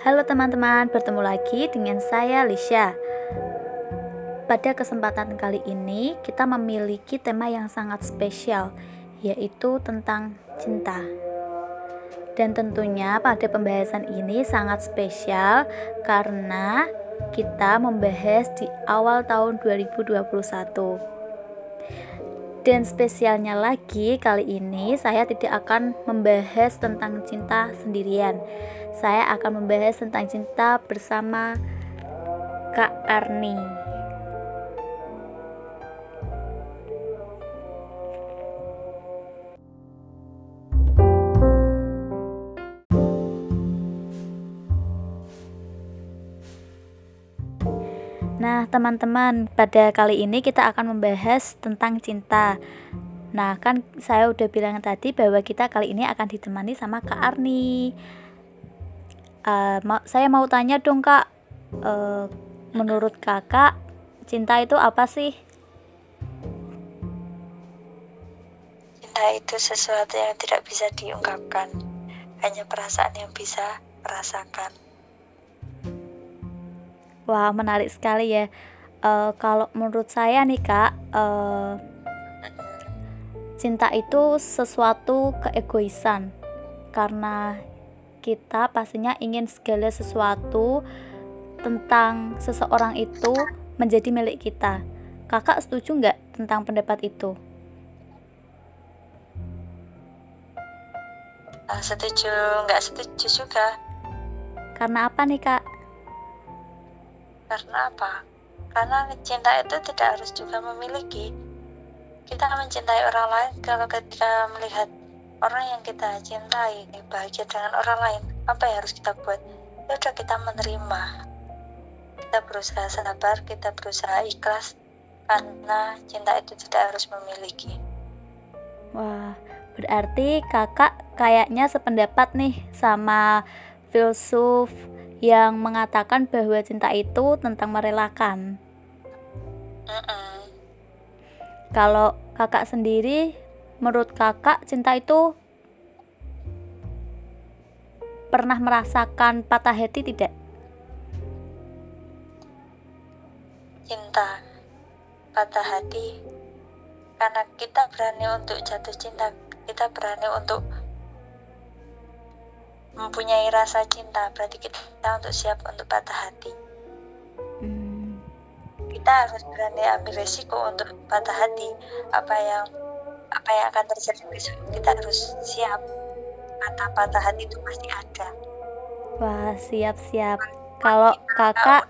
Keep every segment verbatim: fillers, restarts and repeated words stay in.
Halo teman-teman, bertemu lagi dengan saya Lisha. Pada kesempatan kali ini kita memiliki tema yang sangat spesial, yaitu tentang cinta. Dan tentunya pada pembahasan ini sangat spesial karena kita membahas di awal tahun dua ribu dua puluh satu. Dan spesialnya lagi, kali ini saya tidak akan membahas tentang cinta sendirian. Saya akan membahas tentang cinta bersama Kak Arni. Nah, teman-teman, pada kali ini kita akan membahas tentang cinta. Nah, kan saya udah bilang tadi bahwa kita kali ini akan ditemani sama Kak Arni. Uh, ma- saya mau tanya dong Kak, uh, menurut Kakak, cinta itu apa sih? Cinta itu sesuatu yang tidak bisa diungkapkan, hanya perasaan yang bisa merasakan. Wah, menarik sekali ya. Uh, kalau menurut saya nih Kak, uh, cinta itu sesuatu keegoisan, karena kita pastinya ingin segala sesuatu tentang seseorang itu menjadi milik kita. Kakak setuju nggak tentang pendapat itu? Nah, setuju, nggak setuju juga. Karena apa nih Kak? Karena apa? Karena cinta itu tidak harus juga memiliki. Kita mencintai orang lain kalau ketika melihat orang yang kita cintai bahagia dengan orang lain, apa yang harus kita buat? Ya udah, kita menerima. Kita berusaha sabar, kita berusaha ikhlas, karena cinta itu tidak harus memiliki. Wah, berarti kakak kayaknya sependapat nih sama filsuf yang mengatakan bahwa cinta itu tentang merelakan. Mm-mm. Kalau kakak sendiri, menurut kakak cinta itu pernah merasakan patah hati tidak? Cinta patah hati karena kita berani untuk jatuh cinta, kita berani untuk mempunyai rasa cinta, berarti kita untuk siap untuk patah hati. Hmm. Kita harus berani ambil resiko untuk patah hati. Apa yang apa yang akan terjadi besok, kita harus siap. Kata patah hati itu pasti ada. Wah, siap-siap. Kalau kakak,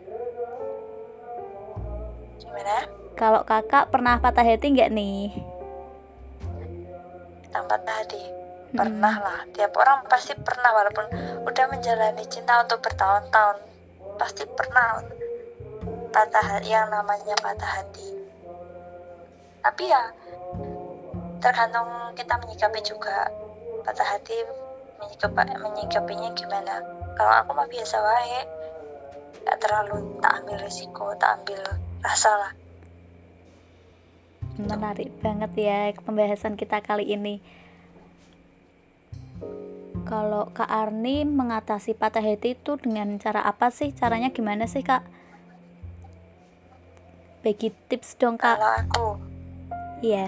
gimana? Kalau kakak pernah patah hati nggak nih? Tentang patah hati, pernah lah. Tiap orang pasti pernah, walaupun udah menjalani cinta untuk bertahun-tahun, pasti pernah patah hati, yang namanya patah hati. Tapi ya tergantung kita menyikapi juga. Patah hati menyikapi, menyikapinya gimana. Kalau aku mah biasa wae, gak terlalu tak ambil risiko, tak ambil rasa lah. Menarik banget ya pembahasan kita kali ini. Kalau Kak Arni mengatasi patah hati itu dengan cara apa sih? Caranya gimana sih Kak? Bagi tips dong Kak. Kalau aku, iya.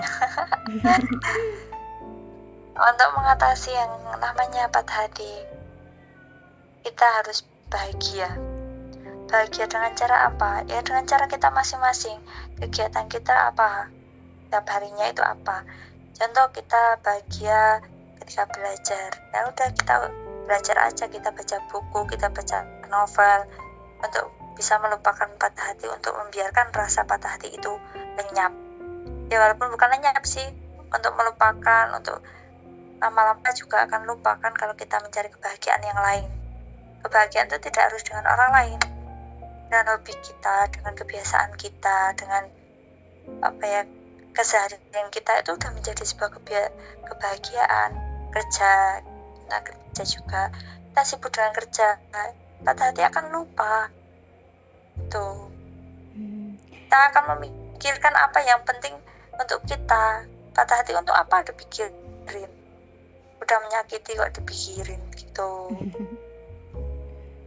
Untuk mengatasi yang namanya patah hati, kita harus bahagia. Bahagia dengan cara apa? Ya dengan cara kita masing-masing. Kegiatan kita apa? Setiap harinya itu apa? Contoh, kita bahagia ketika belajar. Ya udah, kita belajar aja, kita baca buku, kita baca novel untuk bisa melupakan patah hati, untuk membiarkan rasa patah hati itu lenyap. Ya walaupun bukan lenyap sih, untuk melupakan, untuk lama-lama juga akan lupakan kalau kita mencari kebahagiaan yang lain. Kebahagiaan itu tidak harus dengan orang lain, dengan hobi kita, dengan kebiasaan kita, dengan apa ya, keseharian kita itu udah menjadi sebuah kebahagiaan. Kerja, nah kerja juga, kita sibuk dengan kerja, patah hati akan lupa. Tuh, kita akan memikirkan apa yang penting untuk kita. Patah hati untuk apa dipikirin? Udah menyakiti kok dipikirin gitu.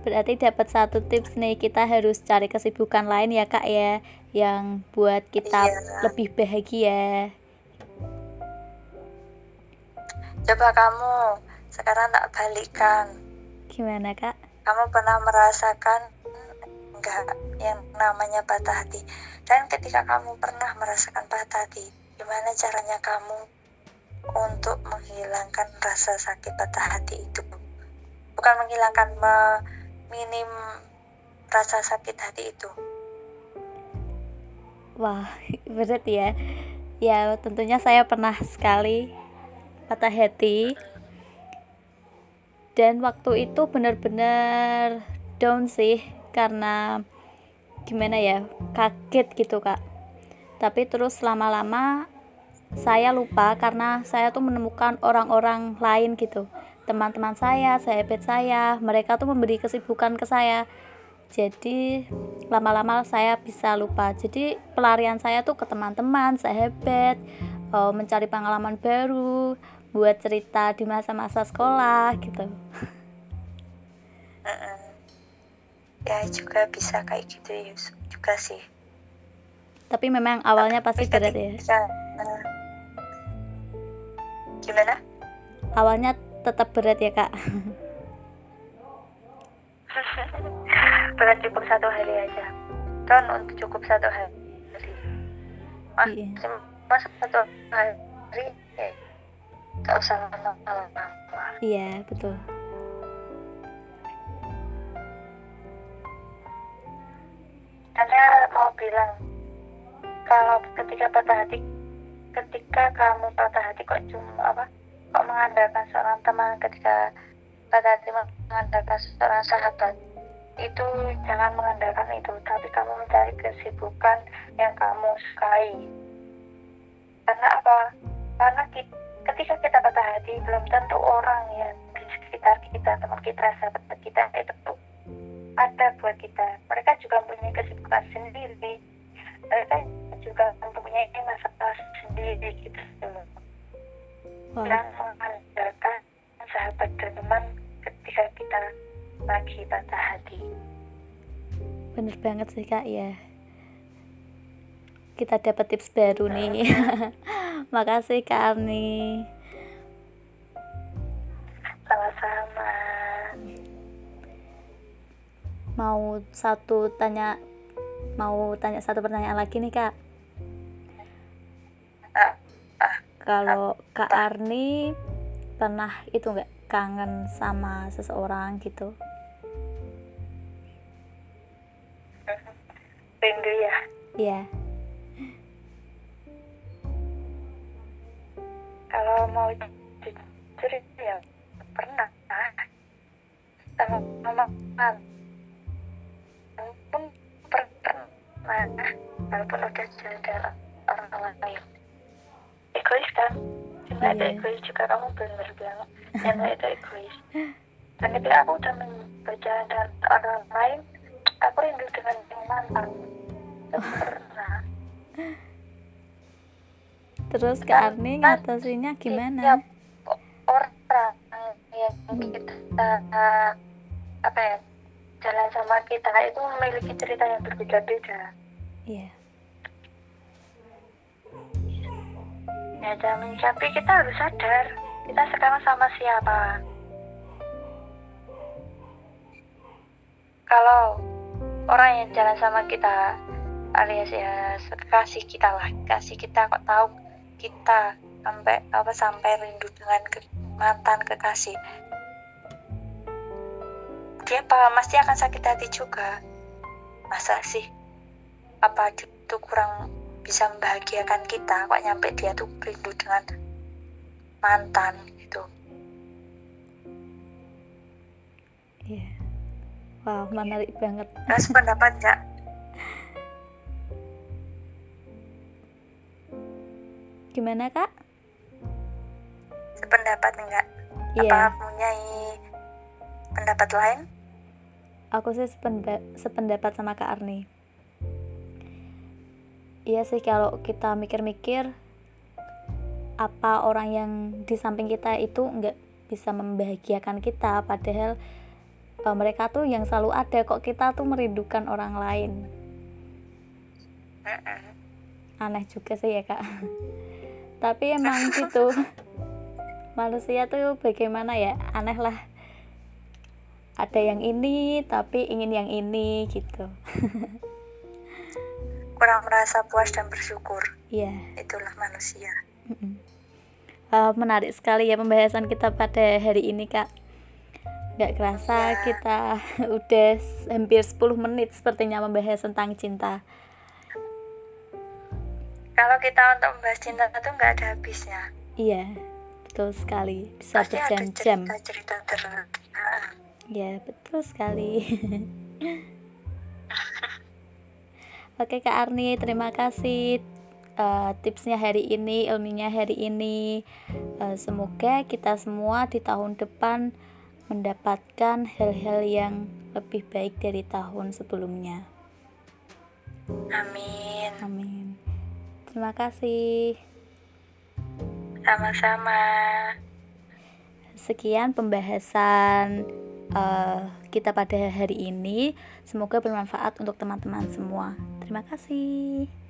Berarti dapat satu tips nih, kita harus cari kesibukan lain ya Kak ya, yang buat kita Iya. lebih bahagia. Coba kamu sekarang tak balikkan. Gimana Kak? Kamu pernah merasakan enggak yang namanya patah hati? Dan ketika kamu pernah merasakan patah hati, gimana caranya kamu untuk menghilangkan rasa sakit patah hati itu? Bukan menghilangkan, minim rasa sakit hati itu. Wah, berat ya. Ya, tentunya saya pernah sekali patah hati. Dan waktu itu benar-benar down sih, karena gimana ya, kaget gitu Kak. Tapi terus lama-lama saya lupa karena saya tuh menemukan orang-orang lain gitu. Teman-teman saya, sahabat saya, mereka tuh memberi kesibukan ke saya. Jadi lama-lama saya bisa lupa. Jadi pelarian saya tuh ke teman-teman, sahabat, oh, mencari pengalaman baru, buat cerita di masa-masa sekolah gitu. Mm-mm. Ya juga bisa kayak gitu ya juga sih. Tapi memang awalnya pasti berat ya. Uh, gimana? Awalnya tetap berat ya Kak. Berat cukup satu hari aja. Kan untuk cukup satu hari. Ah, Iya. Masuk satu hari, eh, gak usah lama-lama. Iya betul. Anda mau bilang kalau ketika patah hati, ketika kamu patah hati kok cuma apa? Kok mengandalkan seorang teman, ketika patah hati mengandalkan seorang sahabat, itu jangan mengandalkan itu, tapi kamu mencari kesibukan yang kamu sukai. Karena apa? Karena kita, ketika kita patah hati, belum tentu orang yang di sekitar kita, teman kita, sahabat kita itu ada buat kita. Mereka juga mempunyai kesibukan sendiri. Mereka juga mempunyai masalah sendiri gitu. Wow. Dan mengandalkan sahabat dan teman ketika kita lagi patah hati. Bener banget sih Kak ya. Kita dapat tips baru nih. Makasih Kak Arni. Sama-sama. Mau satu tanya mau tanya satu pertanyaan lagi nih Kak. Ah, ah, Kalau Kak Arni pernah itu nggak kangen sama seseorang gitu? rindu ya. Iya. Kalau mau jujur ya pernah sama mama walaupun pernah walaupun udah jadi orang lain. Egois kan, cuma itu Iya. egois juga, kamu benar bilang yang itu egois. Dan ketika aku udah berjalan dengan orang lain, aku rindu dengan yang mantan. Pernah. Terus Kak Arni ngatasinya gimana? Tiap orang yang kita apa ya jalan sama kita itu memiliki cerita yang berbeda-beda. Iya. Ya, jangan menyikapi, kita harus sadar kita sekarang sama siapa. Kalau orang yang jalan sama kita alias ya kekasih kita lah, kasih kita kok tahu kita sampai apa sampai rindu dengan ke, mantan kekasih, dia pasti akan sakit hati juga. Masa sih apa itu kurang bisa membahagiakan kita kok nyampe dia tuh rindu dengan mantan gitu. Iya. Wow, menarik banget. Nah, sependapat nggak? Gimana Kak? Sependapat enggak? Iya. Apa punya pendapat lain? Aku sih sependa- sependapat sama Kak Arni. Iya sih, kalau kita mikir-mikir, apa orang yang di samping kita itu nggak bisa membahagiakan kita, padahal uh, mereka tuh yang selalu ada, kok kita tuh merindukan orang lain. Aneh juga sih ya kak. Tapi emang gitu, manusia tuh bagaimana ya, aneh lah. Ada yang ini tapi ingin yang ini gitu. Kurang merasa puas dan bersyukur. Iya. Itulah manusia. Uh, menarik sekali ya pembahasan kita pada hari ini kak. Gak kerasa ya. Kita udah hampir sepuluh menit sepertinya membahas tentang cinta. Kalau kita untuk membahas cinta itu gak ada habisnya. Iya, betul sekali. Bisa pasti berjam-jam. Ada cerita-cerita terus. Ya, betul sekali. Oke Kak Arni, terima kasih uh, tipsnya hari ini, ilmunya hari ini. Uh, semoga kita semua di tahun depan mendapatkan hal-hal yang lebih baik dari tahun sebelumnya. Amin. Amin. Terima kasih. Sama-sama. Sekian pembahasan uh, kita pada hari ini. Semoga bermanfaat untuk teman-teman semua. Terima kasih.